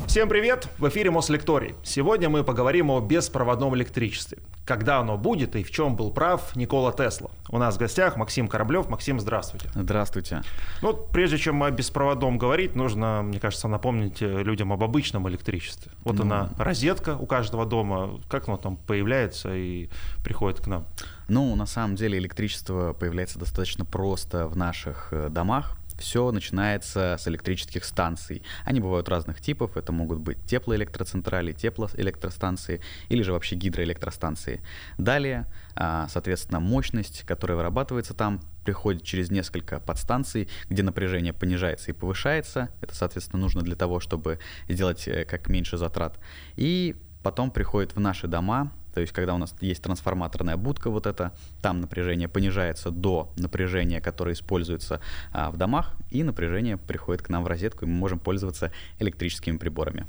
Всем привет! В эфире Мослекторий. Сегодня мы поговорим о беспроводном электричестве. Когда оно будет и в чем был прав Никола Тесла. У нас в гостях Максим Кораблев. Максим, здравствуйте. Здравствуйте. Ну, прежде чем о беспроводном говорить, нужно, мне кажется, напомнить людям об обычном электричестве. Вот она, розетка у каждого дома. Как оно там появляется и приходит к нам? Ну, на самом деле электричество появляется достаточно просто в наших домах. Все начинается с электрических станций. Они бывают разных типов. Это могут быть теплоэлектроцентрали, теплоэлектростанции или же вообще гидроэлектростанции. Далее, соответственно, мощность, которая вырабатывается там, приходит через несколько подстанций, где напряжение понижается и повышается. Это, соответственно, нужно для того, чтобы сделать как меньше затрат. И потом приходит в наши дома. То есть, когда у нас есть трансформаторная будка, вот это, там напряжение понижается до напряжения, которое используется в домах, и напряжение приходит к нам в розетку, и мы можем пользоваться электрическими приборами.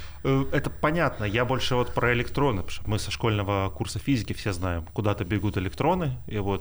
Это понятно. Я больше вот про электроны, потому что мы со школьного курса физики все знаем, куда-то бегут электроны,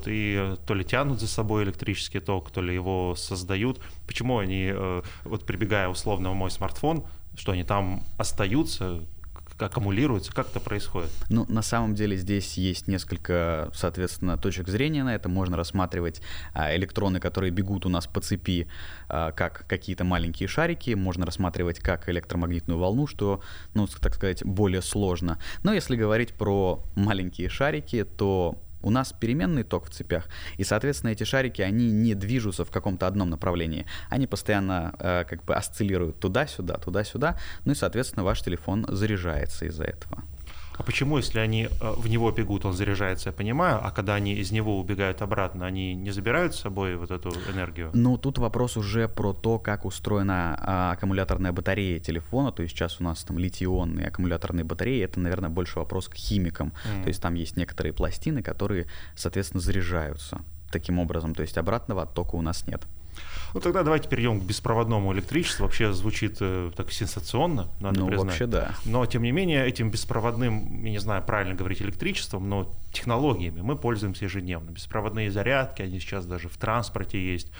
и то ли тянут за собой электрический ток, то ли его создают. Почему они, вот прибегая условно в мой смартфон, что они там остаются, аккумулируется, как это происходит? Ну, на самом деле здесь есть несколько, соответственно, точек зрения на это. Можно рассматривать электроны, которые бегут у нас по цепи, как какие-то маленькие шарики. Можно рассматривать как электромагнитную волну, что, ну, так сказать, более сложно. Но если говорить про маленькие шарики, то у нас переменный ток в цепях, и, соответственно, эти шарики, они не движутся в каком-то одном направлении. Они постоянно как бы осциллируют туда-сюда, туда-сюда, ну и, соответственно, ваш телефон заряжается из-за этого. А почему, если они в него бегут, он заряжается, я понимаю, а когда они из него убегают обратно, они не забирают с собой вот эту энергию? Ну, тут вопрос уже про то, как устроена аккумуляторная батарея телефона. То есть сейчас у нас там литий-ионные аккумуляторные батареи. Это, наверное, больше вопрос к химикам. То есть там есть некоторые пластины, которые, соответственно, заряжаются таким образом. То есть обратного оттока у нас нет. Ну тогда давайте перейдем к беспроводному электричеству. Вообще звучит так сенсационно, надо признать. Вообще да. Но тем не менее этим беспроводным, я не знаю, правильно говорить электричеством, но технологиями мы пользуемся ежедневно. Беспроводные зарядки, они сейчас даже в транспорте есть.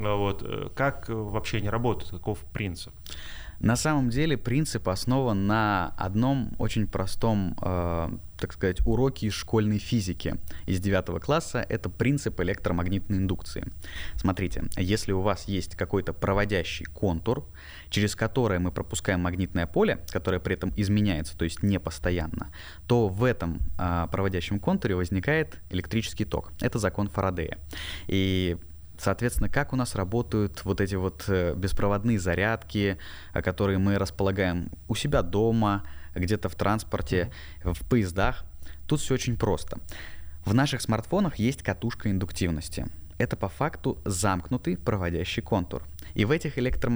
Вот. Как вообще они работают? Каков принцип? На самом деле принцип основан на одном очень простом, так сказать, уроке из школьной физики из 9 класса. Это принцип электромагнитной индукции. Смотрите, если у вас есть какой-то проводящий контур, через который мы пропускаем магнитное поле, которое при этом изменяется, то есть не постоянно, то в этом проводящем контуре возникает электрический ток. Это закон Фарадея. И соответственно, как у нас работают вот эти вот беспроводные зарядки, которые мы располагаем у себя дома, где-то в транспорте, в поездах? Тут все очень просто. В наших смартфонах есть катушка индуктивности. Это по факту замкнутый проводящий контур. И в этих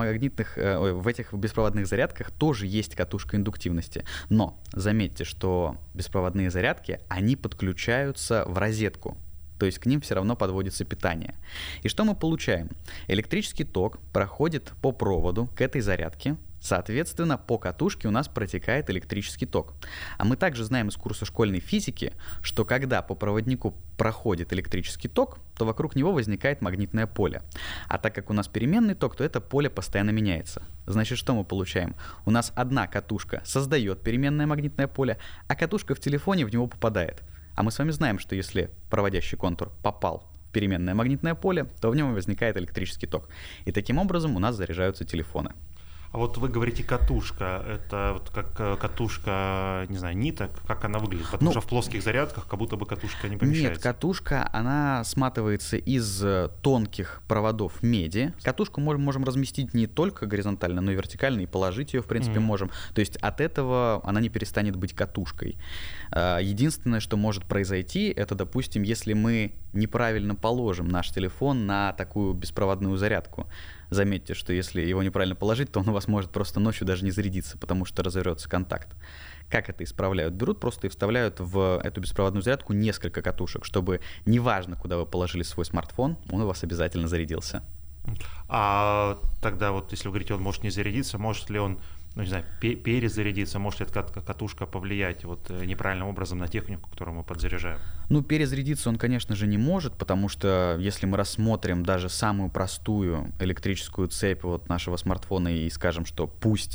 в этих беспроводных зарядках тоже есть катушка индуктивности. Но заметьте, что беспроводные зарядки, они подключаются в розетку. То есть к ним все равно подводится питание. И что мы получаем? Электрический ток проходит по проводу к этой зарядке. Соответственно, по катушке у нас протекает электрический ток. А мы также знаем из курса школьной физики, что когда по проводнику проходит электрический ток, то вокруг него возникает магнитное поле. А так как у нас переменный ток, то это поле постоянно меняется. Значит, что мы получаем? У нас одна катушка создает переменное магнитное поле, а катушка в телефоне в него попадает. А мы с вами знаем, что если проводящий контур попал в переменное магнитное поле, то в нем возникает электрический ток. И таким образом у нас заряжаются телефоны. А вот вы говорите катушка, это вот как катушка, не знаю, ниток, как она выглядит? Потому что в плоских зарядках как будто бы катушка не помещается. Нет, катушка, она сматывается из тонких проводов меди. Катушку мы можем разместить не только горизонтально, но и вертикально, и положить ее, в принципе, можем. То есть от этого она не перестанет быть катушкой. Единственное, что может произойти, это, допустим, если мы неправильно положим наш телефон на такую беспроводную зарядку. Заметьте, что если его неправильно положить, то он у вас может просто ночью даже не зарядиться, потому что разорвется контакт. Как это исправляют? Берут просто и вставляют в эту беспроводную зарядку несколько катушек, чтобы неважно, куда вы положили свой смартфон, он у вас обязательно зарядился. А тогда вот, если вы говорите, он может не зарядиться, может ли он, ну не знаю, перезарядиться, может ли эта катушка повлиять вот неправильным образом на технику, которую мы подзаряжаем? Ну, перезарядиться он, конечно же, не может, потому что если мы рассмотрим даже самую простую электрическую цепь вот нашего смартфона и скажем, что пусть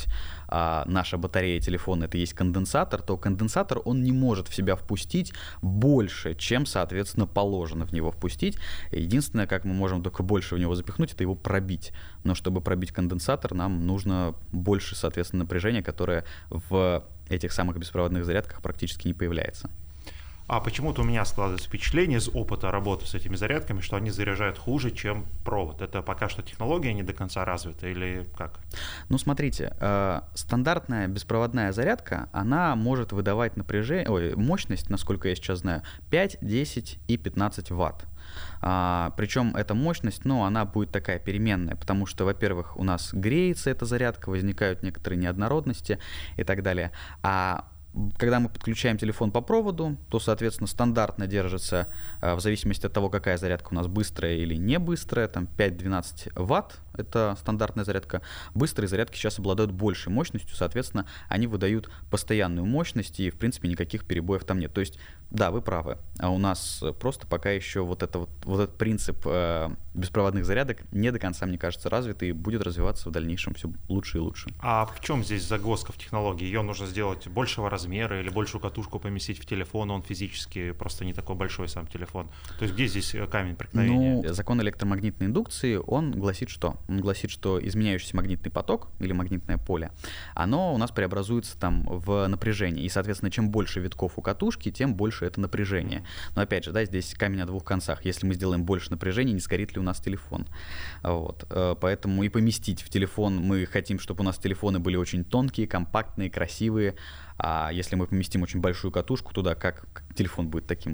наша батарея телефона — это есть конденсатор, то конденсатор, он не может в себя впустить больше, чем, соответственно, положено в него впустить. Единственное, как мы можем только больше в него запихнуть, это его пробить. Но чтобы пробить конденсатор, нам нужно больше, соответственно, напряжения, которое в этих самых беспроводных зарядках практически не появляется. А почему-то у меня складывается впечатление из опыта работы с этими зарядками, что они заряжают хуже, чем провод. Это пока что технология не до конца развита или как? Ну, смотрите, стандартная беспроводная зарядка, она может выдавать мощность, насколько я сейчас знаю, 5, 10 и 15 ватт. Причем эта мощность, она будет такая переменная, потому что, во-первых, у нас греется эта зарядка, возникают некоторые неоднородности и так далее. А когда мы подключаем телефон по проводу, то, соответственно, стандартно держится, в зависимости от того, какая зарядка у нас быстрая или не быстрая, там 5-12 ватт, это стандартная зарядка. Быстрые зарядки сейчас обладают большей мощностью, соответственно, они выдают постоянную мощность, и, в принципе, никаких перебоев там нет. То есть, да, вы правы, а у нас просто пока еще вот этот принцип беспроводных зарядок не до конца, мне кажется, развит и будет развиваться в дальнейшем все лучше и лучше. А в чем здесь загвоздка в технологии? Ее нужно сделать большего размера или большую катушку поместить в телефон, он физически просто не такой большой сам телефон. То есть где здесь камень преткновения? Закон электромагнитной индукции, он гласит что? Он гласит, что изменяющийся магнитный поток или магнитное поле, оно у нас преобразуется там в напряжение. И, соответственно, чем больше витков у катушки, тем больше это напряжение. Но опять же, да, здесь камень на двух концах. Если мы сделаем больше напряжения, не сгорит ли у нас телефон? Вот. Поэтому и поместить в телефон мы хотим, чтобы у нас телефоны были очень тонкие, компактные, красивые. А если мы поместим очень большую катушку туда, как телефон будет таким?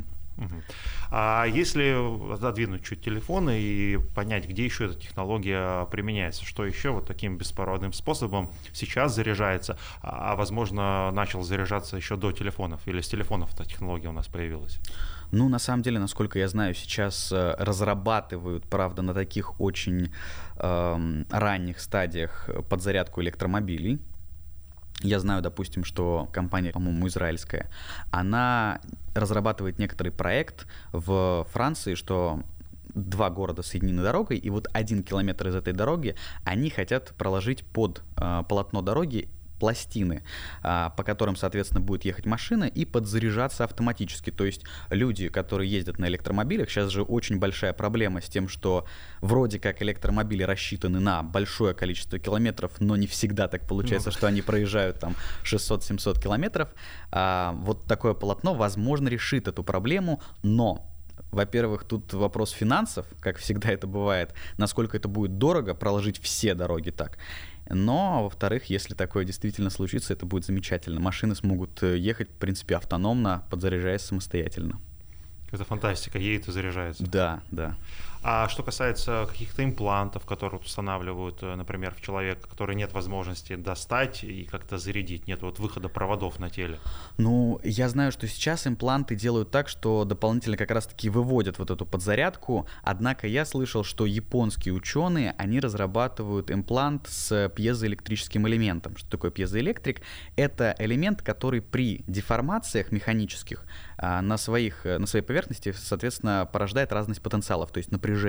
А если задвинуть чуть телефоны и понять, где еще эта технология применяется, что еще вот таким беспроводным способом сейчас заряжается, возможно, начал заряжаться еще до телефонов, или с телефонов эта технология у нас появилась? На самом деле, насколько я знаю, сейчас разрабатывают, правда, на таких очень ранних стадиях подзарядку электромобилей. Я знаю, допустим, что компания, по-моему, израильская, она разрабатывает некоторый проект в Франции, что 2 города соединены дорогой, и вот 1 километр из этой дороги они хотят проложить под полотно дороги пластины, по которым, соответственно, будет ехать машина и подзаряжаться автоматически. То есть люди, которые ездят на электромобилях, сейчас же очень большая проблема с тем, что вроде как электромобили рассчитаны на большое количество километров, но не всегда так получается, что они проезжают там 600-700 километров. Вот такое полотно, возможно, решит эту проблему, но во-первых, тут вопрос финансов, как всегда это бывает, насколько это будет дорого проложить все дороги так. Но, во-вторых, если такое действительно случится, это будет замечательно. Машины смогут ехать, в принципе, автономно, подзаряжаясь самостоятельно. Это фантастика, едет и заряжается. Да, да. А что касается каких-то имплантов, которые устанавливают, например, в человека, который нет возможности достать и как-то зарядить, нет вот выхода проводов на теле? Я знаю, что сейчас импланты делают так, что дополнительно как раз-таки выводят вот эту подзарядку, однако я слышал, что японские ученые, они разрабатывают имплант с пьезоэлектрическим элементом. Что такое пьезоэлектрик? Это элемент, который при деформациях механических на своей поверхности, соответственно, порождает разность потенциалов, то есть напряжение.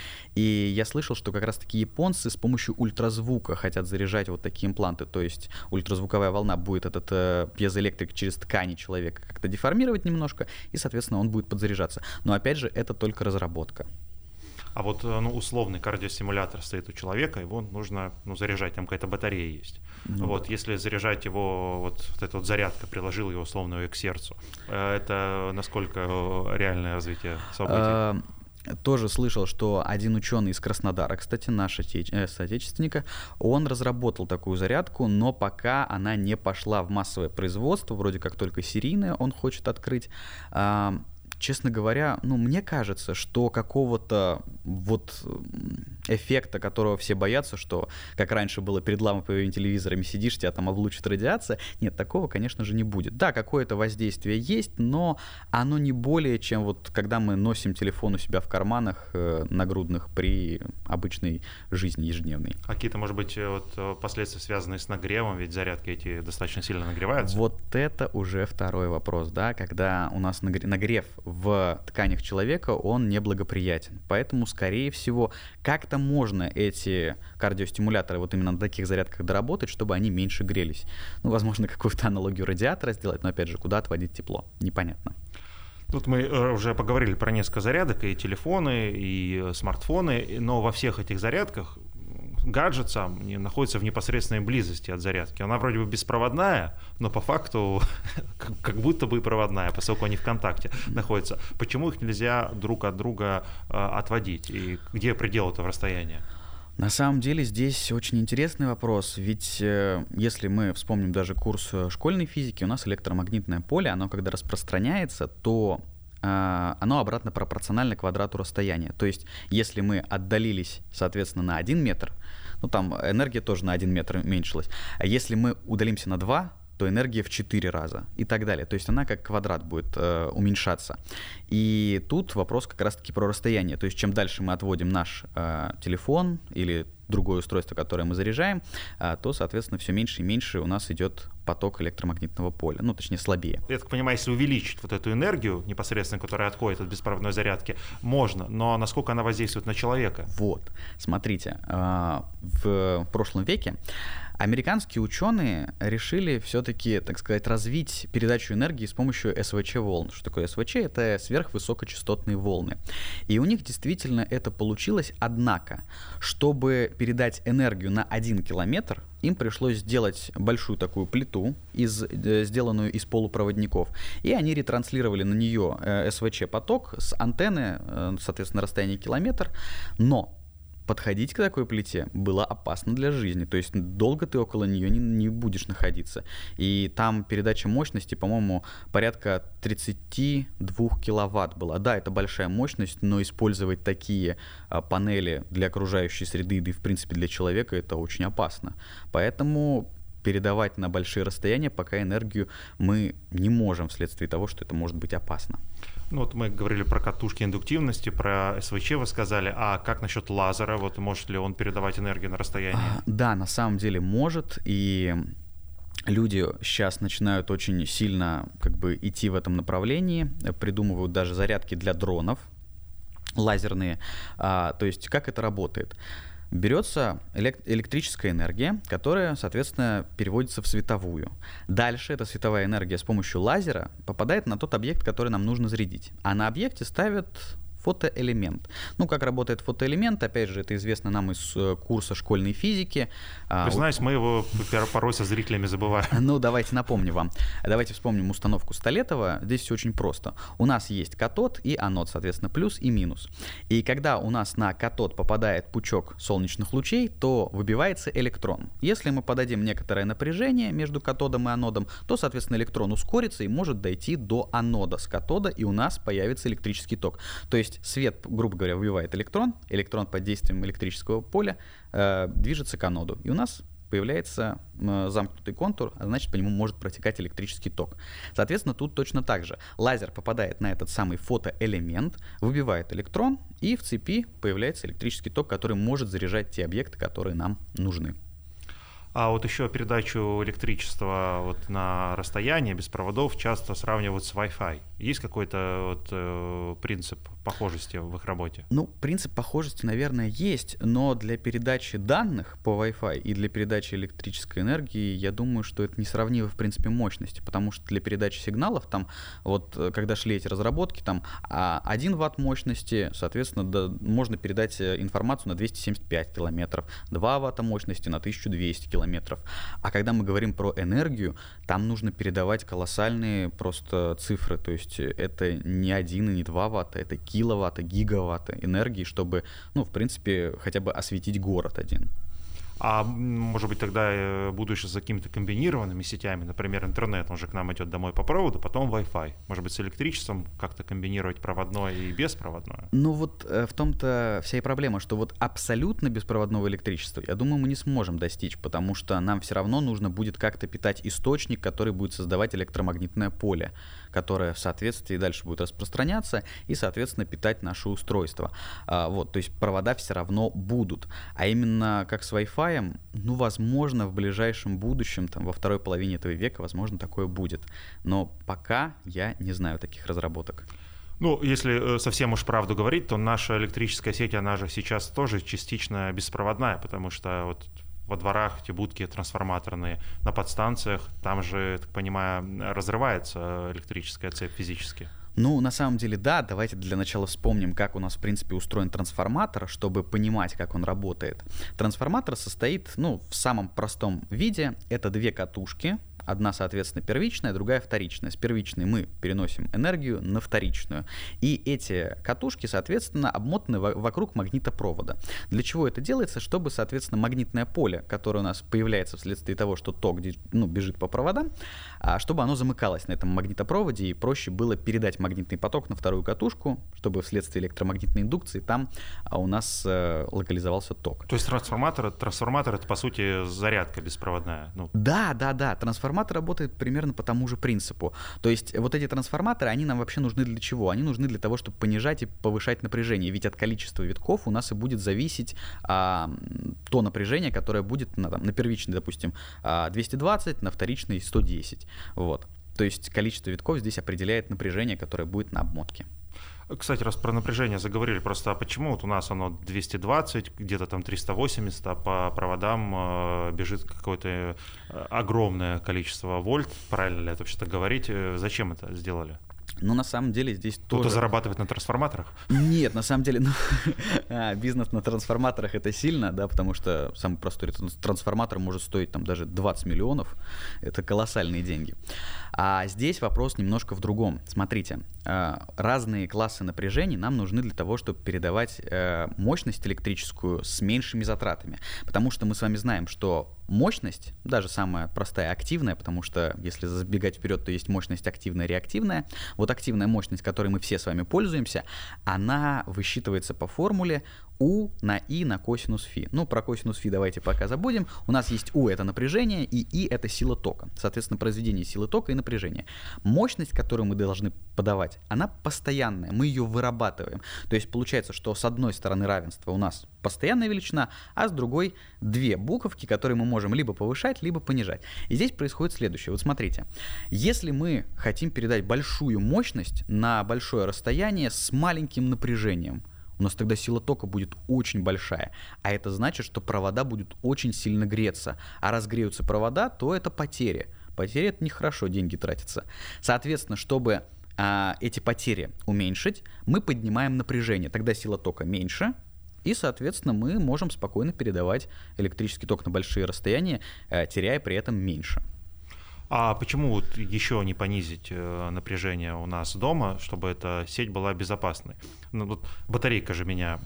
И я слышал, что как раз-таки японцы с помощью ультразвука хотят заряжать вот такие импланты, то есть ультразвуковая волна будет этот пьезоэлектрик через ткани человека как-то деформировать немножко, и, соответственно, он будет подзаряжаться. Но, опять же, это только разработка. А вот условный кардиостимулятор стоит у человека, его нужно заряжать, там какая-то батарея есть. Если заряжать его, вот эта вот зарядка, приложил его условно к сердцу, это насколько реальное развитие событий? Тоже слышал, что один ученый из Краснодара, кстати, наш соотечественника, он разработал такую зарядку, но пока она не пошла в массовое производство, вроде как только серийное он хочет открыть. Честно говоря, мне кажется, что какого-то вот эффекта, которого все боятся, что, как раньше было перед ламповыми телевизорами сидишь, тебя там облучит радиация, нет, такого, конечно же, не будет. Да, какое-то воздействие есть, но оно не более, чем вот когда мы носим телефон у себя в карманах нагрудных при обычной жизни ежедневной. Какие-то, может быть, последствия, связанные с нагревом, ведь зарядки эти достаточно сильно нагреваются? Вот это уже второй вопрос, да, когда у нас нагрев в тканях человека, он неблагоприятен. Поэтому, скорее всего, как-то можно эти кардиостимуляторы вот именно на таких зарядках доработать, чтобы они меньше грелись. Ну, возможно, какую-то аналогию радиатора сделать, но, опять же, куда отводить тепло? Непонятно. Тут мы уже поговорили про несколько зарядок, и телефоны, и смартфоны, но во всех этих зарядках гаджет сам находится в непосредственной близости от зарядки. Она вроде бы беспроводная, но по факту как будто бы и проводная, поскольку они в контакте находятся. Почему их нельзя друг от друга отводить? И где предел этого расстояния? На самом деле здесь очень интересный вопрос, ведь если мы вспомним даже курс школьной физики, у нас электромагнитное поле, оно когда распространяется, то оно обратно пропорционально квадрату расстояния. То есть если мы отдалились, соответственно, на 1 метр, ну там энергия тоже на 1 метр уменьшилась, а если мы удалимся на 2, то энергия в 4 раза и так далее. То есть она как квадрат будет уменьшаться. И тут вопрос как раз-таки про расстояние. То есть чем дальше мы отводим наш телефон или другое устройство, которое мы заряжаем, то, соответственно, все меньше и меньше у нас идет поток электромагнитного поля, ну, точнее, слабее. Я так понимаю, если увеличить вот эту энергию, непосредственно, которая отходит от беспроводной зарядки, можно, но насколько она воздействует на человека? Вот, смотрите, в прошлом веке американские ученые решили все-таки, так сказать, развить передачу энергии с помощью СВЧ-волн. Что такое СВЧ? Это сверхвысокочастотные волны. И у них действительно это получилось, однако, чтобы передать энергию на 1 километр, им пришлось сделать большую такую плиту, сделанную из полупроводников, и они ретранслировали на нее СВЧ-поток с антенны, соответственно, на расстоянии километр, но подходить к такой плите было опасно для жизни, то есть долго ты около нее не будешь находиться. И там передача мощности, по-моему, порядка 32 киловатт была. Да, это большая мощность, но использовать такие панели для окружающей среды, да и в принципе для человека, это очень опасно. Поэтому передавать на большие расстояния пока энергию мы не можем вследствие того, что это может быть опасно. Ну вот мы говорили про катушки индуктивности, про СВЧ вы сказали, а как насчет лазера? Вот может ли он передавать энергию на расстояние? Да, на самом деле может, и люди сейчас начинают очень сильно идти в этом направлении, придумывают даже зарядки для дронов лазерные. То есть как это работает? Берется электрическая энергия, которая, соответственно, переводится в световую. Дальше эта световая энергия с помощью лазера попадает на тот объект, который нам нужно зарядить. А на объекте ставят фотоэлемент. Ну, как работает фотоэлемент, опять же, это известно нам из курса школьной физики. Признаюсь, мы его порой со зрителями забываем. Ну, давайте напомню вам. Давайте вспомним установку Столетова. Здесь все очень просто. У нас есть катод и анод, соответственно, плюс и минус. И когда у нас на катод попадает пучок солнечных лучей, то выбивается электрон. Если мы подадим некоторое напряжение между катодом и анодом, то, соответственно, электрон ускорится и может дойти до анода с катода, и у нас появится электрический ток. То есть свет, грубо говоря, выбивает электрон, электрон под действием электрического поля движется к аноду, и у нас появляется замкнутый контур, а значит, по нему может протекать электрический ток. Соответственно, тут точно так же. Лазер попадает на этот самый фотоэлемент, выбивает электрон, и в цепи появляется электрический ток, который может заряжать те объекты, которые нам нужны. А вот еще передачу электричества вот на расстояние без проводов часто сравнивают с Wi-Fi. Есть какой-то принцип похожести в их работе? Ну, принцип похожести, наверное, есть, но для передачи данных по Wi-Fi и для передачи электрической энергии, я думаю, что это несравнимы, в принципе, мощности, потому что для передачи сигналов, там, вот, когда шли эти разработки, там, 1 ватт мощности, соответственно, можно передать информацию на 275 километров, 2 ватта мощности на 1200 километров. А когда мы говорим про энергию, там нужно передавать колоссальные просто цифры, то есть это не 1 и не 2 ватта, это киловатта, гигаватта энергии, чтобы, ну, в принципе, хотя бы осветить город один. А может быть тогда будущее с какими-то комбинированными сетями, например, интернет, он же к нам идет домой по проводу, потом Wi-Fi. Может быть, с электричеством как-то комбинировать проводное и беспроводное? Ну вот в том-то вся и проблема, что вот абсолютно беспроводного электричества, я думаю, мы не сможем достичь, потому что нам все равно нужно будет как-то питать источник, который будет создавать электромагнитное поле, которое в соответствии дальше будет распространяться и, соответственно, питать наше устройство. Вот, то есть провода все равно будут. А именно как с Wi-Fi, ну, возможно, в ближайшем будущем, там, во второй половине этого века, возможно, такое будет. Но пока я не знаю таких разработок. Ну, если совсем уж правду говорить, то наша электрическая сеть, она же сейчас тоже частично беспроводная, потому что вот во дворах эти будки трансформаторные, на подстанциях, там же, я так понимаю, разрывается электрическая цепь физически. Ну, на самом деле, да, давайте для начала вспомним, как у нас, в принципе, устроен трансформатор, чтобы понимать, как он работает. Трансформатор состоит, ну, в самом простом виде, это две катушки. Одна, соответственно, первичная, другая вторичная. С первичной мы переносим энергию на вторичную. И эти катушки, соответственно, обмотаны вокруг магнитопровода. Для чего это делается? Чтобы, соответственно, магнитное поле, которое у нас появляется вследствие того, что ток бежит по проводам, чтобы оно замыкалось на этом магнитопроводе и проще было передать магнитный поток на вторую катушку, чтобы вследствие электромагнитной индукции там у нас локализовался ток. То есть трансформатор это, по сути, зарядка беспроводная? Ну. Да. Трансформатор работает примерно по тому же принципу. То есть вот эти трансформаторы, они нам вообще нужны для чего? Они нужны для того, чтобы понижать и повышать напряжение. Ведь от количества витков у нас и будет зависеть то напряжение, которое будет на первичной, допустим, 220, на вторичной 110. Вот. То есть количество витков здесь определяет напряжение, которое будет на обмотке. Кстати, раз про напряжение заговорили, просто а почему вот у нас оно 220, где-то там 380, а по проводам бежит какое-то огромное количество вольт, правильно ли это вообще-то говорить? Зачем это сделали? Ну, на самом деле, здесь тоже... Кто-то зарабатывает на трансформаторах? Нет, на самом деле, бизнес на трансформаторах — это сильно, да, потому что самый простой трансформатор может стоить там даже 20 миллионов. Это колоссальные деньги. А здесь вопрос немножко в другом. Смотрите, разные классы напряжений нам нужны для того, чтобы передавать мощность электрическую с меньшими затратами. Потому что мы с вами знаем, что мощность, даже самая простая, активная, потому что если забегать вперед, то есть мощность активная, реактивная. Вот активная мощность, которой мы все с вами пользуемся, она высчитывается по формуле U на I на косинус φ. Ну, про косинус φ давайте пока забудем. У нас есть U — это напряжение, и I — это сила тока. Соответственно, произведение силы тока и напряжения. Мощность, которую мы должны подавать, она постоянная, мы ее вырабатываем. То есть получается, что с одной стороны равенства у нас постоянная величина, а с другой две буковки, которые мы можем либо повышать, либо понижать. И здесь происходит следующее. Вот смотрите, если мы хотим передать большую мощность на большое расстояние с маленьким напряжением, у нас тогда сила тока будет очень большая, а это значит, что провода будут очень сильно греться. А раз греются провода, то это потери. Потери — это нехорошо, деньги тратятся. Соответственно, чтобы эти потери уменьшить, мы поднимаем напряжение. Тогда сила тока меньше, и, соответственно, мы можем спокойно передавать электрический ток на большие расстояния, теряя при этом меньше. А почему вот еще не понизить напряжение у нас дома, чтобы эта сеть была безопасной? Ну, вот батарейка же меня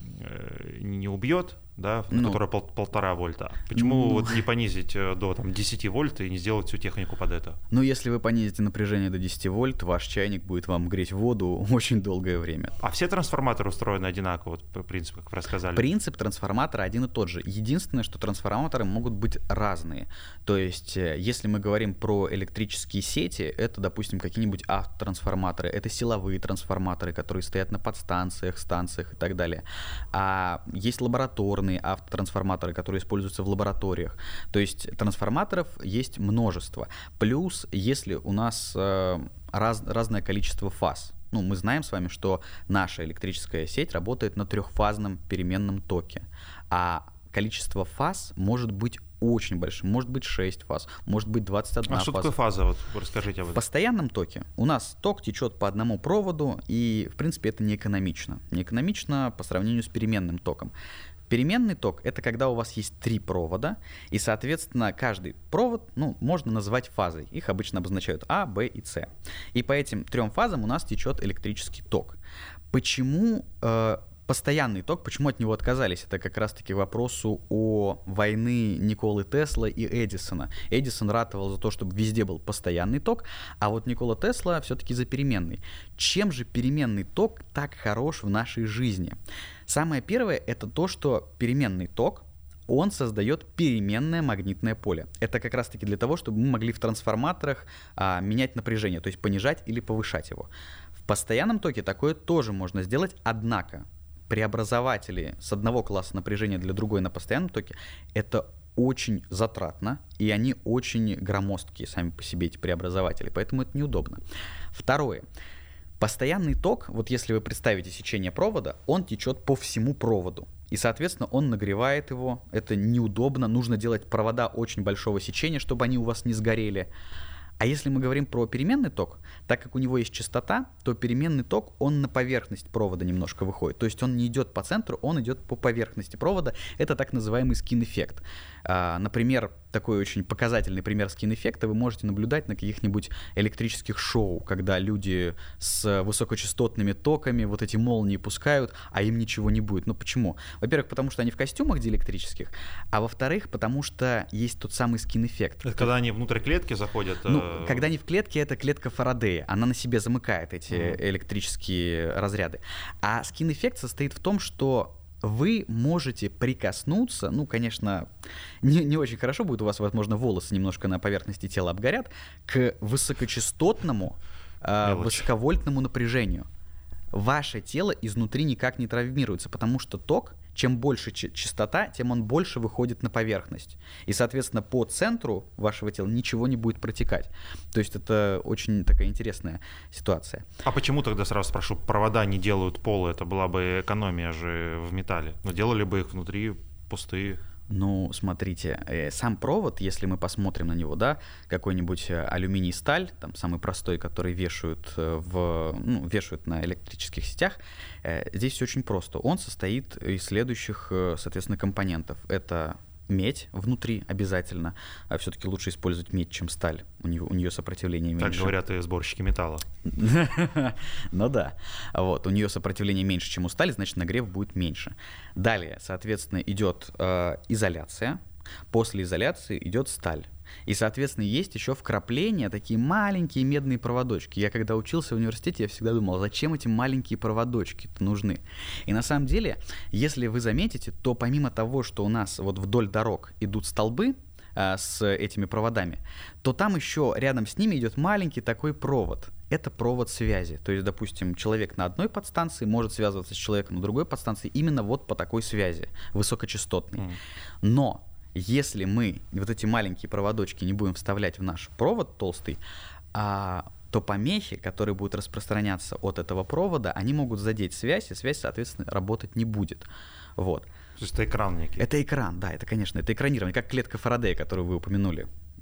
не убьет, да, которая 1,5 вольта. Почему вот не понизить до 10 вольт и не сделать всю технику под это? Ну, если вы понизите напряжение до 10 вольт, ваш чайник будет вам греть воду очень долгое время. А все трансформаторы устроены одинаково, вот, по принципу, как вы рассказали? Принцип трансформатора один и тот же. Единственное, что трансформаторы могут быть разные. То есть, если мы говорим про электрические сети, это, допустим, какие-нибудь автотрансформаторы, это силовые трансформаторы, которые стоят на подстанциях, станциях и так далее. А есть лабораторные автотрансформаторы, которые используются в лабораториях. То есть трансформаторов есть множество. Плюс, если у нас разное количество фаз. Ну, мы знаем с вами, что наша электрическая сеть работает на трехфазном переменном токе. А количество фаз может быть очень большим. Может быть 6 фаз, может быть 21 фаза. А что такое фаза? Вот расскажите об этом. В постоянном токе у нас ток течет по одному проводу, и, в принципе, это не экономично. Не экономично по сравнению с переменным током. Переменный ток — это когда у вас есть 3 провода, и, соответственно, каждый провод, можно назвать фазой. Их обычно обозначают А, Б и С. И по этим 3 фазам у нас течет электрический ток. Почему постоянный ток, почему от него отказались? Это как раз-таки к вопросу о войны Николы Тесла и Эдисона. Эдисон ратовал за то, чтобы везде был постоянный ток, а вот Никола Тесла все-таки за переменный. Чем же переменный ток так хорош в нашей жизни? Самое первое — это то, что переменный ток, он создает переменное магнитное поле. Это как раз-таки для того, чтобы мы могли в трансформаторах менять напряжение, то есть понижать или повышать его. В постоянном токе такое тоже можно сделать, однако преобразователи с одного класса напряжения для другой на постоянном токе — это очень затратно, и они очень громоздкие сами по себе, эти преобразователи, поэтому это неудобно. Второе. Постоянный ток, вот если вы представите сечение провода, он течет по всему проводу. И, соответственно, он нагревает его. Это неудобно. Нужно делать провода очень большого сечения, чтобы они у вас не сгорели. А если мы говорим про переменный ток, так как у него есть частота, то переменный ток, он на поверхность провода немножко выходит. То есть он не идет по центру, он идет по поверхности провода. Это так называемый скин-эффект. Например, такой очень показательный пример скин-эффекта вы можете наблюдать на каких-нибудь электрических шоу, когда люди с высокочастотными токами вот эти молнии пускают, а им ничего не будет. Ну почему? Во-первых, потому что они в костюмах диэлектрических, а во-вторых, потому что есть тот самый скин-эффект. Это когда они внутрь клетки заходят? Ну, когда они в клетке, это клетка Фарадея. Она на себе замыкает эти электрические разряды. А скин-эффект состоит в том, что вы можете прикоснуться, ну, конечно, не очень хорошо будет, у вас, возможно, волосы немножко на поверхности тела обгорят, к высокочастотному, высоковольтному напряжению. Ваше тело изнутри никак не травмируется, потому что ток, чем больше частота, тем он больше выходит на поверхность. И, соответственно, по центру вашего тела ничего не будет протекать. То есть это очень такая интересная ситуация. А почему тогда, сразу спрошу, провода не делают полы? Это была бы экономия же в металле. Но делали бы их внутри пустые. Ну, смотрите, сам провод, если мы посмотрим на него, да, какой-нибудь алюминий-сталь, там самый простой, который вешают на электрических сетях, здесь все очень просто. Он состоит из следующих, соответственно, компонентов. Это медь внутри обязательно. Все-таки лучше использовать медь, чем сталь. У нее сопротивление меньше. Так говорят и сборщики металла. Ну да. Вот. У нее сопротивление меньше, чем у стали, значит, нагрев будет меньше. Далее, соответственно, идет изоляция. После изоляции идет сталь. И, соответственно, есть еще вкрапления, такие маленькие медные проводочки. Я когда учился в университете, я всегда думал, зачем эти маленькие проводочки-то нужны? И на самом деле, если вы заметите, то помимо того, что у нас вот вдоль дорог идут столбы с этими проводами, то там еще рядом с ними идет маленький такой провод. Это провод связи. То есть, допустим, человек на одной подстанции может связываться с человеком на другой подстанции именно вот по такой связи, высокочастотной. Но если мы вот эти маленькие проводочки не будем вставлять в наш провод толстый, то помехи, которые будут распространяться от этого провода, они могут задеть связь, и связь, соответственно, работать не будет. Вот. То есть это экран некий? Это экран, да, это, конечно, это экранирование, как клетка Фарадея, которую вы упомянули.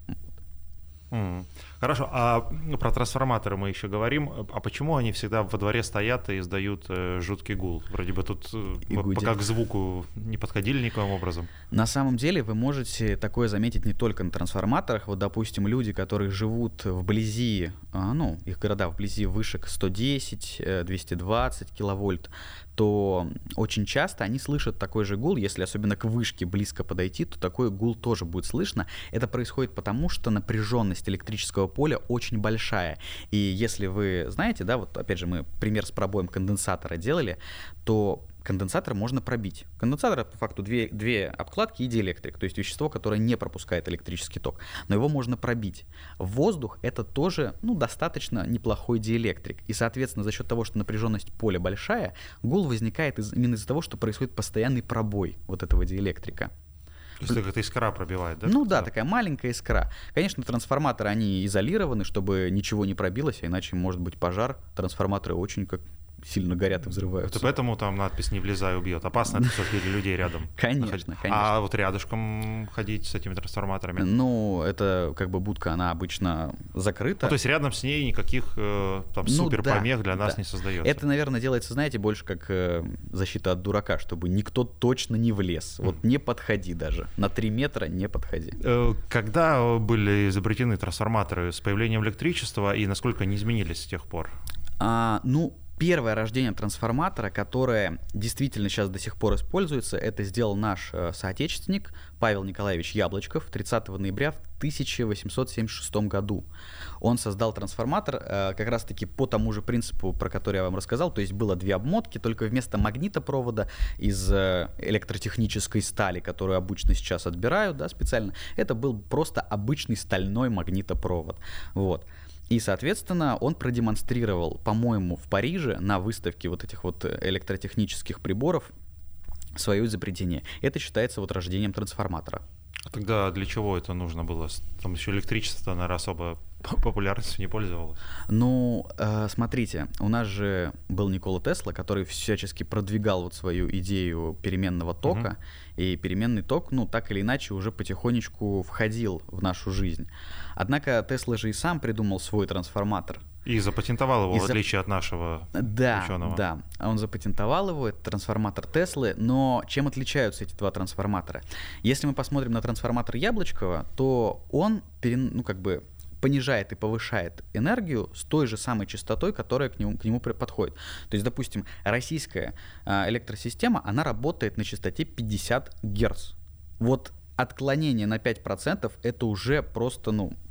Хорошо, а про трансформаторы мы еще говорим. А почему они всегда во дворе стоят и издают жуткий гул? Вроде бы тут пока к звуку не подходили никаким образом. На самом деле вы можете такое заметить не только на трансформаторах. Вот, допустим, люди, которые живут вблизи, их города вблизи вышек 110, 220 киловольт, то очень часто они слышат такой же гул. Если особенно к вышке близко подойти, то такой гул тоже будет слышно. Это происходит потому, что напряженность электрического поля очень большая. И если вы знаете, да, вот опять же мы пример с пробоем конденсатора делали, то конденсатор можно пробить. Конденсатор — по факту две обкладки и диэлектрик, то есть вещество, которое не пропускает электрический ток, но его можно пробить. Воздух — это тоже достаточно неплохой диэлектрик, и, соответственно, за счет того, что напряженность поля большая, гул возникает именно из-за того, что происходит постоянный пробой вот этого диэлектрика. То есть это искра пробивает, да? Ну да, такая маленькая искра. Конечно, трансформаторы, они изолированы, чтобы ничего не пробилось, а иначе может быть пожар. Трансформаторы очень сильно горят и взрываются. Это поэтому там надпись «Не влезай, убьет». Опасно это все-таки для людей рядом. Конечно. А вот рядышком ходить с этими трансформаторами? Это будка, она обычно закрыта. То есть рядом с ней никаких супер помех для нас не создается. Это, наверное, делается, знаете, больше как защита от дурака, чтобы никто точно не влез. Вот не подходи даже. На 3 метра не подходи. Когда были изобретены трансформаторы с появлением электричества и насколько они изменились с тех пор? Первое рождение трансформатора, которое действительно сейчас до сих пор используется, это сделал наш соотечественник Павел Николаевич Яблочков 30 ноября в 1876 году. Он создал трансформатор как раз-таки по тому же принципу, про который я вам рассказал, то есть было 2 обмотки, только вместо магнитопровода из электротехнической стали, которую обычно сейчас отбирают, да, специально, это был просто обычный стальной магнитопровод. Вот. И, соответственно, он продемонстрировал, по-моему, в Париже на выставке вот этих вот электротехнических приборов свое изобретение. Это считается рождением трансформатора. Тогда для чего это нужно было? Там еще электричество, наверное, особо популярностью не пользовалось. Ну, смотрите, у нас же был Никола Тесла, который всячески продвигал вот свою идею переменного тока, и переменный ток, ну, так или иначе, уже потихонечку входил в нашу жизнь. Однако Тесла же и сам придумал свой трансформатор. И запатентовал его, в отличие от нашего ученого. Да, он запатентовал его, это трансформатор Теслы, но чем отличаются эти два трансформатора? Если мы посмотрим на трансформатор Яблочкова, то он понижает и повышает энергию с той же самой частотой, которая к нему подходит. То есть, допустим, российская электросистема, она работает на частоте 50 Гц. Вот отклонение на 5% это уже просто,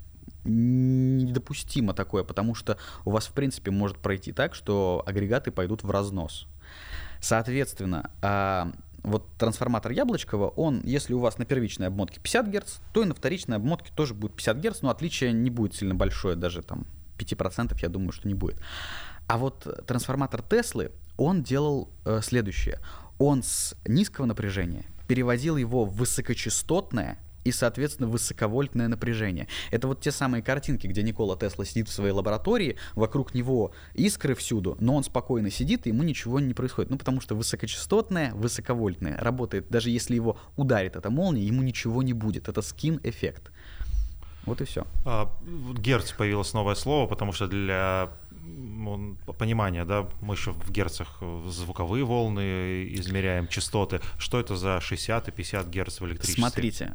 недопустимо такое, потому что у вас, в принципе, может пройти так, что агрегаты пойдут в разнос. Соответственно, вот трансформатор Яблочкова, он, если у вас на первичной обмотке 50 Гц, то и на вторичной обмотке тоже будет 50 Гц, но отличие не будет сильно большое, даже там 5%, я думаю, что не будет. А вот трансформатор Теслы, он делал следующее. Он с низкого напряжения переводил его в высокочастотное и, соответственно, высоковольтное напряжение. Это вот те самые картинки, где Никола Тесла сидит в своей лаборатории, вокруг него искры всюду, но он спокойно сидит, и ему ничего не происходит. Ну, потому что высокочастотное, высоковольтное работает. Даже если его ударит эта молния, ему ничего не будет. Это скин-эффект. Вот и все. Герц появилось новое слово, потому что для понимания, да, мы еще в герцах звуковые волны измеряем, частоты. Что это за 60 и 50 герц в электричестве? Смотрите,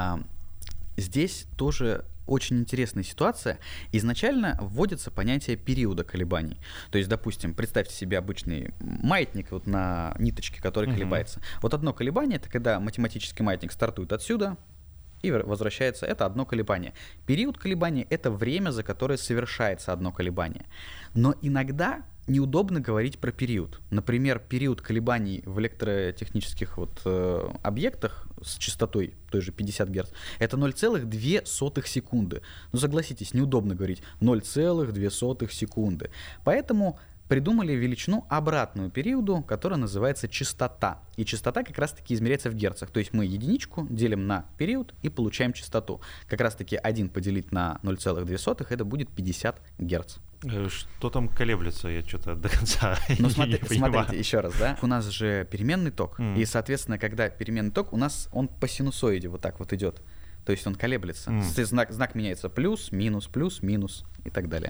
здесь тоже очень интересная ситуация. Изначально вводится понятие периода колебаний. То есть, допустим, представьте себе обычный маятник вот на ниточке, который колебается. Вот одно колебание — это когда математический маятник стартует отсюда и возвращается. Это одно колебание. Период колебания — это время, за которое совершается одно колебание. Но иногда неудобно говорить про период. Например, период колебаний в электротехнических объектах с частотой той же 50 Гц — это 0,02 секунды. Ну, согласитесь, неудобно говорить 0,02 секунды. Поэтому придумали величину обратную периоду, которая называется частота. И частота как раз-таки измеряется в герцах. То есть мы единичку делим на период и получаем частоту. Как раз-таки 1 поделить на 0,02 это будет 50 Гц. Что там колеблется? Я что-то до конца не понимаю. Смотрите, еще раз, да? У нас же переменный ток. И, соответственно, когда переменный ток, у нас он по синусоиде вот так вот идет. То есть он колеблется. Знак меняется плюс, минус и так далее.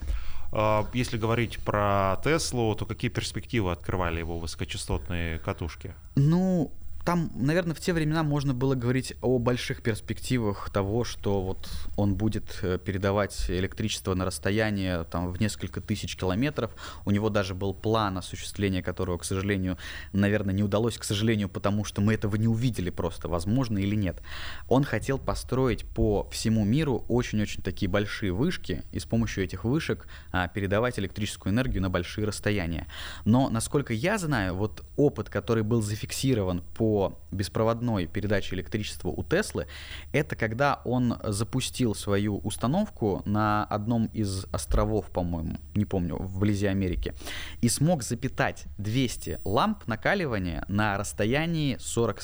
Если говорить про Теслу, то какие перспективы открывали его высокочастотные катушки? Ну, там, наверное, в те времена можно было говорить о больших перспективах того, что вот он будет передавать электричество на расстояние там, в несколько тысяч километров. У него даже был план, осуществления которого, к сожалению, наверное, не удалось, к сожалению, потому что мы этого не увидели просто, возможно или нет. Он хотел построить по всему миру очень-очень такие большие вышки, и с помощью этих вышек передавать электрическую энергию на большие расстояния. Но, насколько я знаю, вот опыт, который был зафиксирован по беспроводной передаче электричества у Теслы, это когда он запустил свою установку на одном из островов, по-моему, не помню, вблизи Америки, и смог запитать 200 ламп накаливания на расстоянии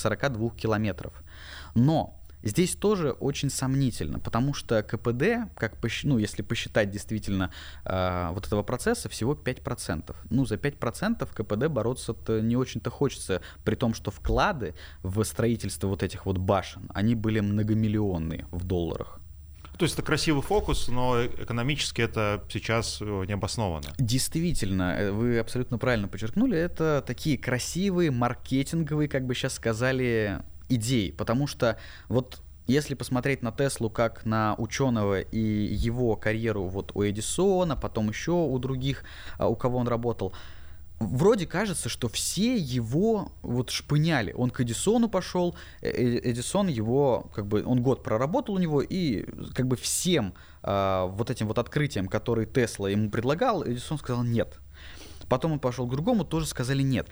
42 километров. Но здесь тоже очень сомнительно, потому что КПД, если посчитать действительно вот этого процесса, всего 5%. Ну, за 5% КПД бороться-то не очень-то хочется, при том, что вклады в строительство вот этих вот башен, они были многомиллионные в долларах. То есть это красивый фокус, но экономически это сейчас не обосновано. Действительно, вы абсолютно правильно подчеркнули, это такие красивые, маркетинговые, как бы сейчас сказали, идей, потому что вот если посмотреть на Теслу как на ученого и его карьеру вот у Эдисона, потом еще у других, у кого он работал, вроде кажется, что все его вот шпыняли. Он к Эдисону пошел, Эдисон его, он год проработал у него, и всем вот этим вот открытиям, которые Тесла ему предлагал, Эдисон сказал нет. Потом он пошел к другому, тоже сказали нет.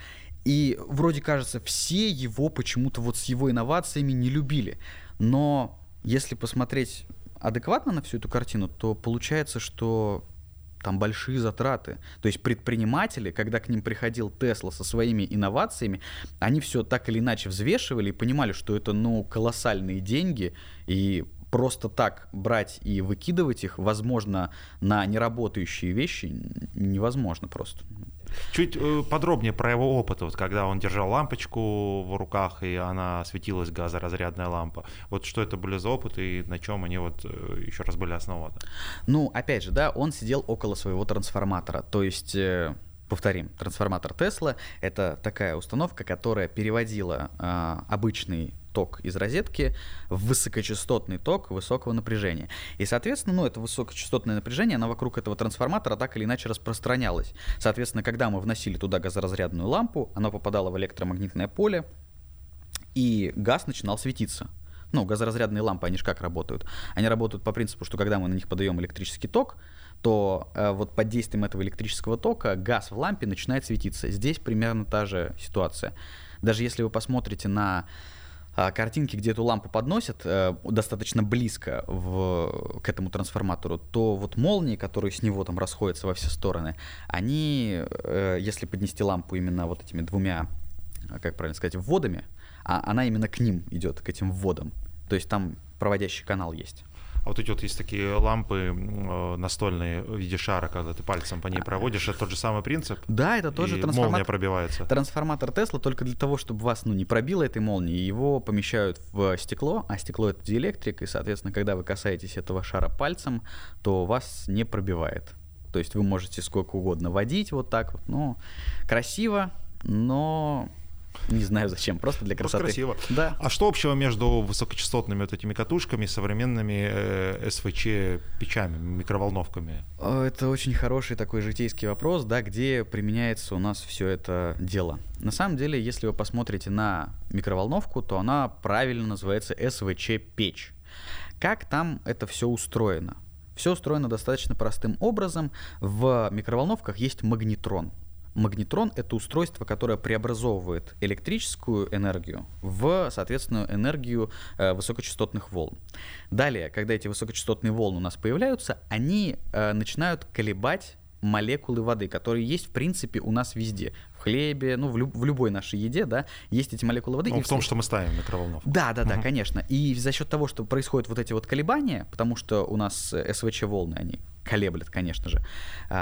И вроде кажется, все его почему-то вот с его инновациями не любили. Но если посмотреть адекватно на всю эту картину, то получается, что там большие затраты. То есть предприниматели, когда к ним приходил Тесла со своими инновациями, они все так или иначе взвешивали и понимали, что это, ну, колоссальные деньги, и просто так брать и выкидывать их, возможно, на неработающие вещи невозможно просто. Чуть подробнее про его опыт, вот когда он держал лампочку в руках, и она светилась, газоразрядная лампа. Вот что это были за опыты, и на чем они вот еще раз были основаны? Ну, опять же, да, он сидел около своего трансформатора, то есть... Повторим, трансформатор Тесла — это такая установка, которая переводила обычный ток из розетки в высокочастотный ток высокого напряжения. И, соответственно, ну, это высокочастотное напряжение, оно вокруг этого трансформатора так или иначе распространялось. Соответственно, когда мы вносили туда газоразрядную лампу, она попадала в электромагнитное поле, и газ начинал светиться. Ну, газоразрядные лампы, они же как работают? Они работают по принципу, что когда мы на них подаем электрический ток, то вот под действием этого электрического тока газ в лампе начинает светиться. Здесь примерно та же ситуация. Даже если вы посмотрите на картинки, где эту лампу подносят достаточно близко к этому трансформатору, то вот молнии, которые с него там расходятся во все стороны, они, если поднести лампу именно вот этими двумя, как правильно сказать, вводами, она именно к ним идет, к этим вводам. То есть там проводящий канал есть. А вот эти вот есть такие лампы настольные в виде шара, когда ты пальцем по ней проводишь, это тот же самый принцип? Да, это тоже молния пробивается. Трансформатор Тесла, только для того, чтобы вас не пробило этой молнией, его помещают в стекло, а стекло — это диэлектрик, и, соответственно, когда вы касаетесь этого шара пальцем, то вас не пробивает. То есть вы можете сколько угодно водить вот так вот, ну, красиво, но... Не знаю зачем, просто для красоты. Просто красиво. Да. А что общего между высокочастотными вот этими катушками и современными СВЧ-печами, микроволновками? Это очень хороший такой житейский вопрос, да, где применяется у нас все это дело. На самом деле, если вы посмотрите на микроволновку, то она правильно называется СВЧ-печь. Как там это все устроено? Все устроено достаточно простым образом. В микроволновках есть магнетрон. Магнетрон — это устройство, которое преобразовывает электрическую энергию в, соответственно, энергию высокочастотных волн. Далее, когда эти высокочастотные волны у нас появляются, они начинают колебать молекулы воды, которые есть, в принципе, у нас везде. В хлебе, ну, в любой нашей еде, да, есть эти молекулы воды. Ну, в том, что мы ставим в микроволновку. Да, конечно. И за счет того, что происходят вот эти вот колебания, потому что у нас СВЧ-волны, они колеблят, конечно же,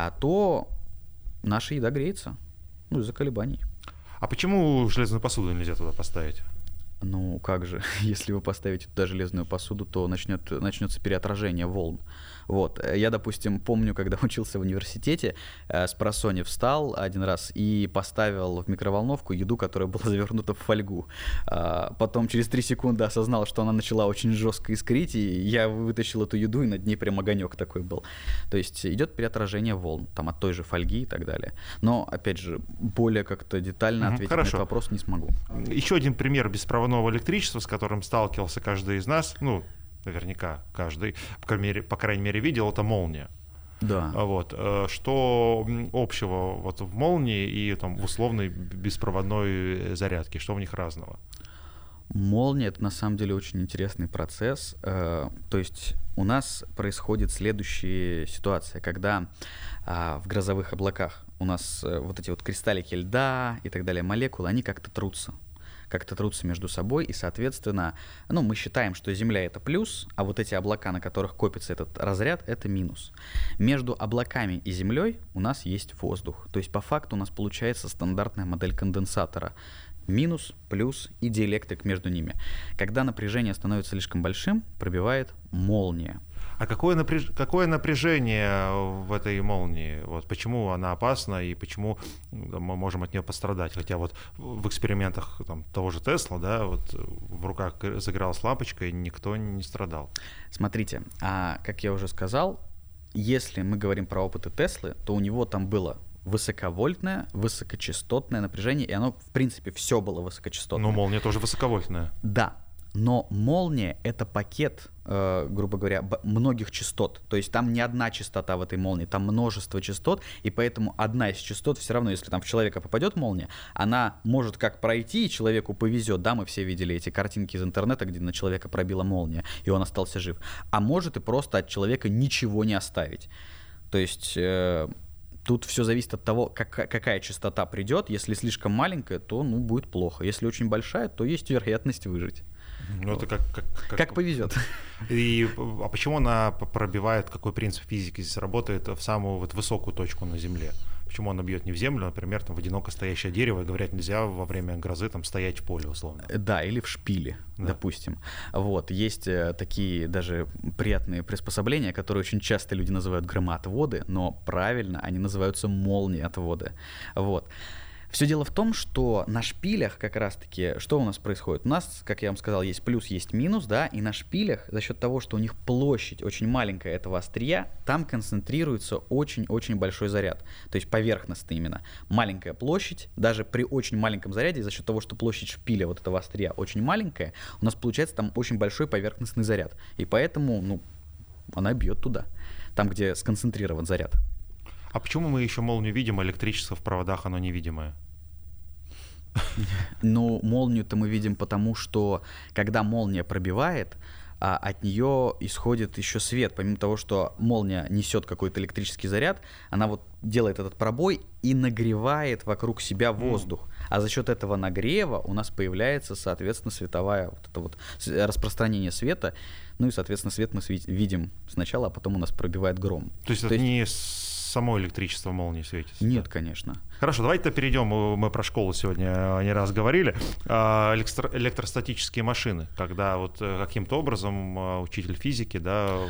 то наша еда греется, ну, из-за колебаний. А почему железную посуду нельзя туда поставить? Ну, как же, если вы поставите туда железную посуду, то начнется переотражение волн. Вот. Я, допустим, помню, когда учился в университете, спросонья встал один раз и поставил в микроволновку еду, которая была завернута в фольгу. Потом через 3 секунды осознал, что она начала очень жестко искрить, и я вытащил эту еду, и над ней прям огонек такой был. То есть идет переотражение волн, там, от той же фольги и так далее. Но, опять же, более как-то детально ответить на этот вопрос не смогу. Еще один пример беспроводного электричества, с которым сталкивался каждый из нас, ну, наверняка каждый, по крайней мере, видел, это молния. Да. Вот. Что общего вот в молнии и там, в условной беспроводной зарядке? Что в них разного? Молния — это на самом деле очень интересный процесс. То есть у нас происходит следующая ситуация, когда в грозовых облаках у нас вот эти вот кристаллики льда и так далее, молекулы, они как-то трутся между собой, и, соответственно, ну, мы считаем, что Земля — это плюс, а вот эти облака, на которых копится этот разряд, это минус. Между облаками и Землей у нас есть воздух. То есть, по факту, у нас получается стандартная модель конденсатора. Минус, плюс и диэлектрик между ними. Когда напряжение становится слишком большим, пробивает молния. А какое напряжение в этой молнии? Вот почему она опасна и почему мы можем от нее пострадать? Хотя вот в экспериментах там, того же Тесла, да, вот в руках загоралась лампочка, и никто не страдал. Смотрите, как я уже сказал, если мы говорим про опыты Теслы, то у него там было высоковольтное, высокочастотное напряжение, и оно, в принципе, все было высокочастотное. Но молния тоже высоковольтная. Да, но молния — это пакет, грубо говоря, многих частот. То есть там не одна частота в этой молнии, там множество частот, и поэтому одна из частот все равно, если там в человека попадет молния, она может как пройти, и человеку повезет, да, мы все видели эти картинки из интернета, где на человека пробила молния, и он остался жив, а может и просто от человека ничего не оставить. То есть тут все зависит от того, какая частота придет. Если слишком маленькая, то будет плохо. Если очень большая, то есть вероятность выжить. Ну, вот. Это как повезет. А почему она пробивает, какой принцип физики здесь работает, в самую высокую точку на Земле? Почему она бьет не в землю, например, в одиноко стоящее дерево, и говорят, нельзя во время грозы стоять в поле, условно? Да, или в шпиле, допустим. Вот, есть такие даже приятные приспособления, которые очень часто люди называют громоотводы, но правильно они называются молниеотводы. Вот. Все дело в том, что на шпилях как раз-таки, что у нас происходит? У нас, как я вам сказал, есть плюс, есть минус, да, и на шпилях за счет того, что у них площадь очень маленькая этого острия, там концентрируется очень-очень большой заряд, то есть поверхностный именно. Маленькая площадь, даже при очень маленьком заряде, за счет того, что площадь шпиля вот этого острия очень маленькая, у нас получается там очень большой поверхностный заряд, и поэтому, она бьет туда, там, где сконцентрирован заряд. А почему мы еще молнию видим, а электричество в проводах, оно невидимое? Молнию-то мы видим потому, что когда молния пробивает, от нее исходит еще свет. Помимо того, что молния несет какой-то электрический заряд, она делает этот пробой и нагревает вокруг себя воздух. А за счет этого нагрева у нас появляется, соответственно, световое распространение света. И, соответственно, свет мы видим сначала, а потом у нас пробивает гром. То есть это не само электричество молнии светится? Нет, да? Конечно. Хорошо, давайте перейдем, мы про школу сегодня не раз говорили. Электростатические машины, когда каким-то образом учитель физики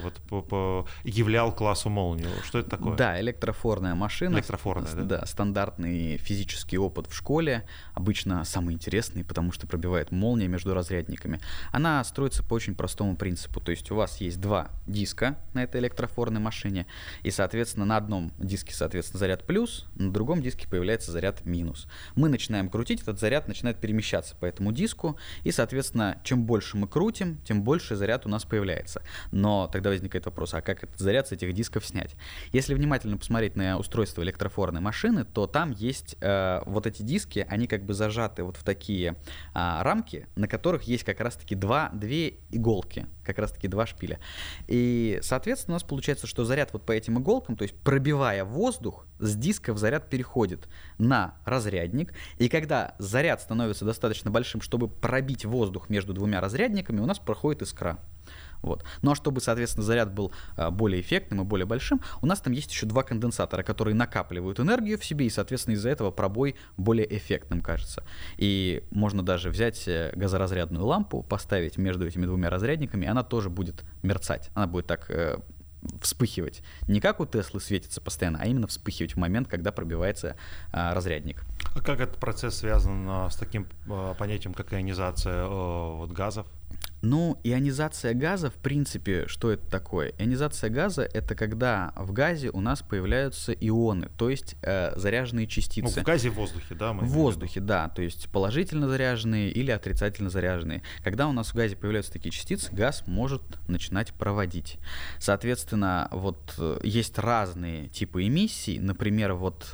являл классу молнию. Что это такое? Да, электрофорная машина. Электрофорная, да? Да, стандартный физический опыт в школе, обычно самый интересный, потому что пробивает молния между разрядниками. Она строится по очень простому принципу, то есть у вас есть два диска на этой электрофорной машине, и, соответственно, на одном диске, заряд плюс, на другом диске появляется заряд минус. Мы начинаем крутить, этот заряд начинает перемещаться по этому диску, и, соответственно, чем больше мы крутим, тем больше заряд у нас появляется. Но тогда возникает вопрос, а как этот заряд с этих дисков снять? Если внимательно посмотреть на устройство электрофорной машины, то там есть эти диски, они как бы зажаты в такие рамки, на которых есть как раз-таки две иголки, как раз-таки два шпиля. И, соответственно, у нас получается, что заряд по этим иголкам, то есть пробивая воздух, с дисков заряд переходит на разрядник, и когда заряд становится достаточно большим, чтобы пробить воздух между двумя разрядниками, у нас проходит искра. Ну а чтобы, соответственно, заряд был более эффектным и более большим, у нас там есть еще два конденсатора, которые накапливают энергию в себе, и, соответственно, из-за этого пробой более эффектным кажется. И можно даже взять газоразрядную лампу, поставить между этими двумя разрядниками, и она тоже будет мерцать. Она будет так вспыхивать. Не как у Теслы светится постоянно, а именно вспыхивать в момент, когда пробивается разрядник. А как этот процесс связан с таким понятием, как ионизация газов? Ионизация газа, в принципе, что это такое? Ионизация газа — это когда в газе у нас появляются ионы, то есть заряженные частицы. В газе, в воздухе, да? В воздухе, да, то есть положительно заряженные или отрицательно заряженные. Когда у нас в газе появляются такие частицы, газ может начинать проводить. Соответственно, есть разные типы эмиссий. Например,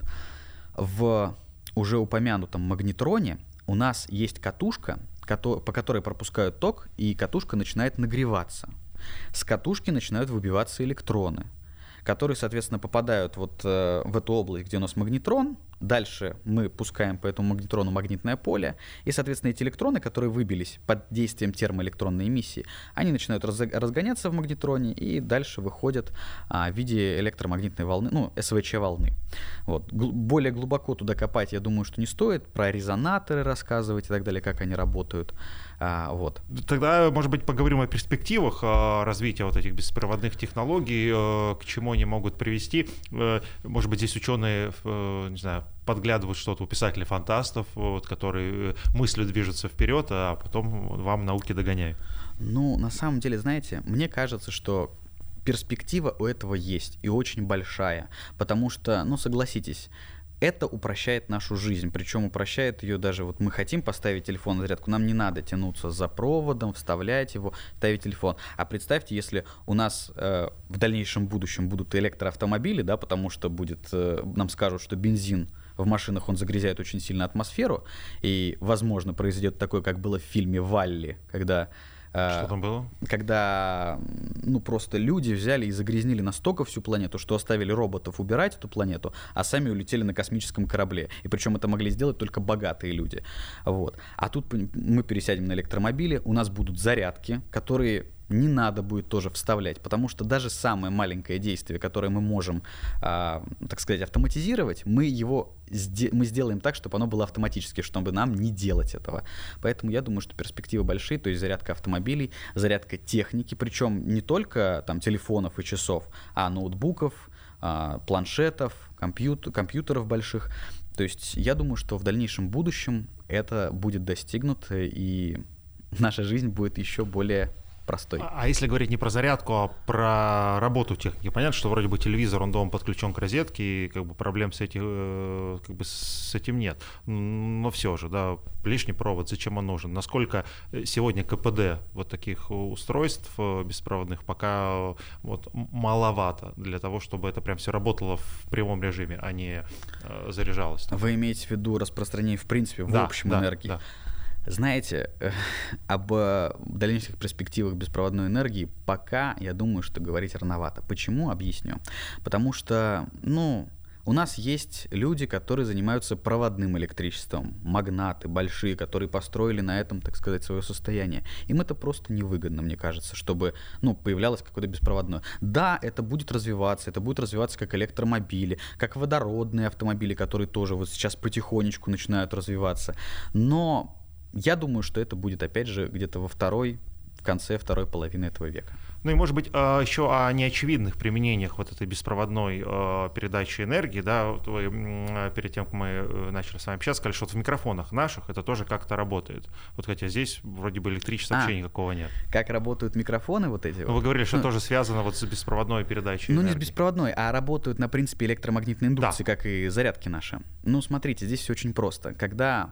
в уже упомянутом магнетроне у нас есть катушка, по которой пропускают ток, и катушка начинает нагреваться. С катушки начинают выбиваться электроны, которые, соответственно, попадают в эту область, где у нас магнетрон. Дальше мы пускаем по этому магнетрону магнитное поле, и, соответственно, эти электроны, которые выбились под действием термоэлектронной эмиссии, они начинают разгоняться в магнетроне и дальше выходят в виде электромагнитной волны, СВЧ-волны. Более глубоко туда копать, я думаю, что не стоит, про резонаторы рассказывать и так далее, как они работают. Тогда, может быть, поговорим о перспективах развития этих беспроводных технологий, к чему они могут привести. Может быть, здесь ученые, не знаю, подглядывают что-то у писателей-фантастов, которые мыслью движутся вперед, а потом вам науки догоняют. На самом деле, знаете, мне кажется, что перспектива у этого есть, и очень большая, потому что, согласитесь, это упрощает нашу жизнь, причем упрощает ее даже, мы хотим поставить телефон на зарядку, нам не надо тянуться за проводом, вставлять его, ставить телефон. А представьте, если у нас в дальнейшем будущем будут электроавтомобили, да, потому что нам скажут, что бензин в машинах, он загрязняет очень сильно атмосферу, и, возможно, произойдет такое, как было в фильме «Валли», когда Что там было? Когда, ну, просто люди взяли и загрязнили настолько всю планету, что оставили роботов убирать эту планету, а сами улетели на космическом корабле. И причем это могли сделать только богатые люди. Вот. А тут мы пересядем на электромобили, у нас будут зарядки, которые не надо будет тоже вставлять, потому что даже самое маленькое действие, которое мы можем, так сказать, автоматизировать, мы сделаем так, чтобы оно было автоматически, чтобы нам не делать этого. Поэтому я думаю, что перспективы большие, то есть зарядка автомобилей, зарядка техники, причем не только там телефонов и часов, а ноутбуков, планшетов, компьютеров больших. То есть я думаю, что в дальнейшем будущем это будет достигнуто, и наша жизнь будет еще более простой. А если говорить не про зарядку, а про работу техники, понятно, что вроде бы телевизор, он дома подключен к розетке, и как бы проблем с этим, как бы с этим нет. Но все же, да, лишний провод, зачем он нужен? Насколько сегодня КПД вот таких устройств беспроводных пока вот маловато для того, чтобы это прям все работало в прямом режиме, а не заряжалось? Вы имеете в виду распространение в принципе в общем энергии? Да. Знаете, об дальнейших перспективах беспроводной энергии пока, я думаю, что говорить рановато. Почему? Объясню. Потому что, у нас есть люди, которые занимаются проводным электричеством, магнаты большие, которые построили на этом, так сказать, свое состояние. Им это просто невыгодно, мне кажется, чтобы, появлялось какое-то беспроводное. Да, это будет развиваться как электромобили, как водородные автомобили, которые тоже вот сейчас потихонечку начинают развиваться. Но я думаю, что это будет, опять же, где-то в конце второй половины этого века. Ну и, может быть, еще о неочевидных применениях вот этой беспроводной передачи энергии, да, вот вы перед тем, как мы начали с вами общаться, сказали, что вот в микрофонах наших это тоже как-то работает. Вот хотя здесь вроде бы электричества вообще никакого нет. Как работают микрофоны вот эти? Вы говорили, что тоже связано вот с беспроводной передачей энергии. Не с беспроводной, а работают на принципе электромагнитной индукции, как и зарядки наши. Смотрите, здесь все очень просто. Когда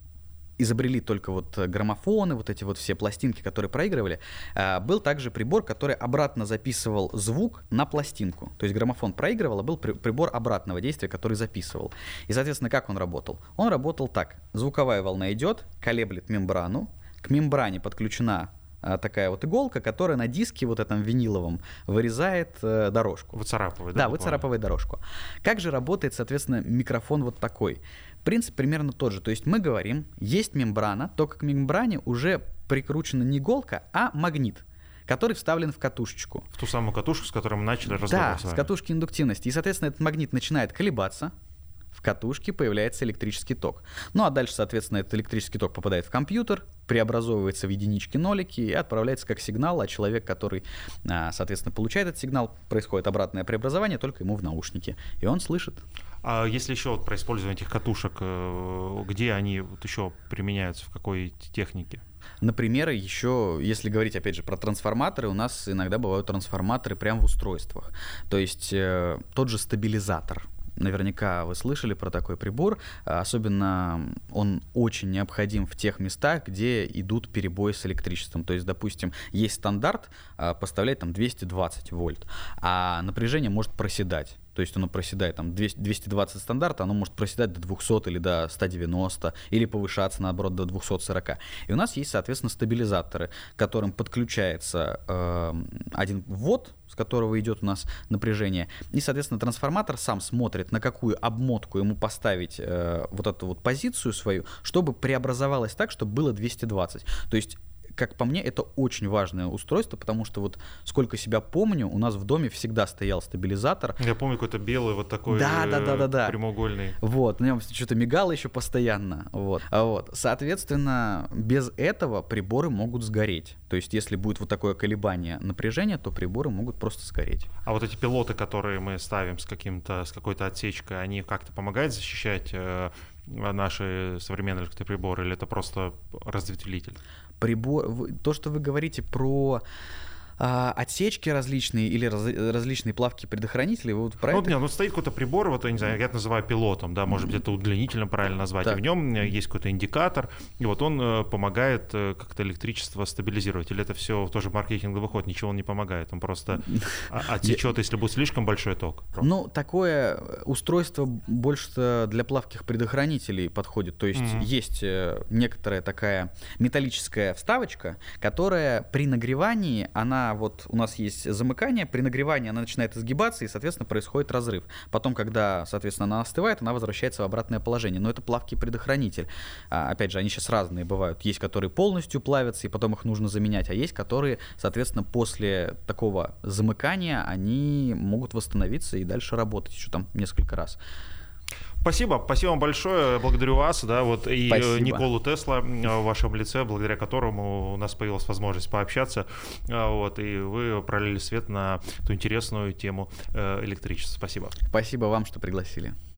изобрели только вот граммофоны, вот эти вот все пластинки, которые проигрывали, был также прибор, который обратно записывал звук на пластинку. То есть граммофон проигрывал, а был прибор обратного действия, который записывал. И, соответственно, как он работал? Он работал так. Звуковая волна идет, колеблет мембрану, к мембране подключена такая вот иголка, которая на диске вот этом виниловом вырезает дорожку. Выцарапывает, да? Да, выцарапывает дорожку. Как же работает, соответственно, микрофон вот такой? Принцип примерно тот же. То есть мы говорим, есть мембрана, только к мембране уже прикручена не иголка, а магнит, который вставлен в катушечку. В ту самую катушку, с которой мы начали разговор с вами. Да, с катушки индуктивности. И, соответственно, этот магнит начинает колебаться, в катушке появляется электрический ток. А дальше, соответственно, этот электрический ток попадает в компьютер, преобразовывается в единички-нолики и отправляется как сигнал, а человек, который, соответственно, получает этот сигнал, происходит обратное преобразование, только ему в наушнике, и он слышит. А если еще вот про использование этих катушек, где они вот еще применяются, в какой технике? Например, еще, если говорить, опять же, про трансформаторы, у нас иногда бывают трансформаторы прямо в устройствах. То есть тот же стабилизатор. Наверняка вы слышали про такой прибор, особенно он очень необходим в тех местах, где идут перебои с электричеством. То есть, допустим, есть стандарт, поставлять там 220 вольт, а напряжение может проседать. То есть оно проседает, там 220 стандарта, оно может проседать до 200 или до 190, или повышаться, наоборот, до 240. И у нас есть, соответственно, стабилизаторы, к которым подключается один ввод, с которого идет у нас напряжение. И, соответственно, трансформатор сам смотрит, на какую обмотку ему поставить вот эту вот позицию свою, чтобы преобразовалось так, чтобы было 220. То есть, как по мне, это очень важное устройство, потому что вот сколько себя помню, у нас в доме всегда стоял стабилизатор. Я помню какой-то белый вот такой прямоугольный. Вот, на нем что-то мигало еще постоянно. Вот. Соответственно, без этого приборы могут сгореть. То есть, если будет вот такое колебание напряжения, то приборы могут просто сгореть. А вот эти пилоты, которые мы ставим с какой-то отсечкой, они как-то помогают защищать наши современные электроприборы, или это просто разветвлитель? То, что вы говорите про Отсечки различные или различные плавки предохранителей. Вот про Ну, это... не, ну стоит какой-то прибор, вот, я не знаю, я это называю пилотом, да, может быть, это удлинителем правильно назвать, Так. и в нем есть какой-то индикатор, и вот он помогает как-то электричество стабилизировать. Или это все тоже маркетинговый ход, ничего он не помогает, он просто отсечет, если будет слишком большой ток. Ну, такое устройство больше для плавких предохранителей подходит. То есть есть некоторая такая металлическая вставочка, которая при нагревании, она вот у нас есть замыкание, при нагревании она начинает изгибаться, и, соответственно, происходит разрыв. Потом, когда, соответственно, она остывает, она возвращается в обратное положение. Но это плавкий предохранитель. Опять же, они сейчас разные бывают. Есть, которые полностью плавятся, и потом их нужно заменять, а есть, которые, соответственно, после такого замыкания, они могут восстановиться и дальше работать еще там несколько раз. Спасибо вам большое, благодарю вас, да, вот и Спасибо. Николу Тесла в вашем лице, благодаря которому у нас появилась возможность пообщаться, вот, и вы пролили свет на эту интересную тему электричества. Спасибо. Спасибо вам, что пригласили.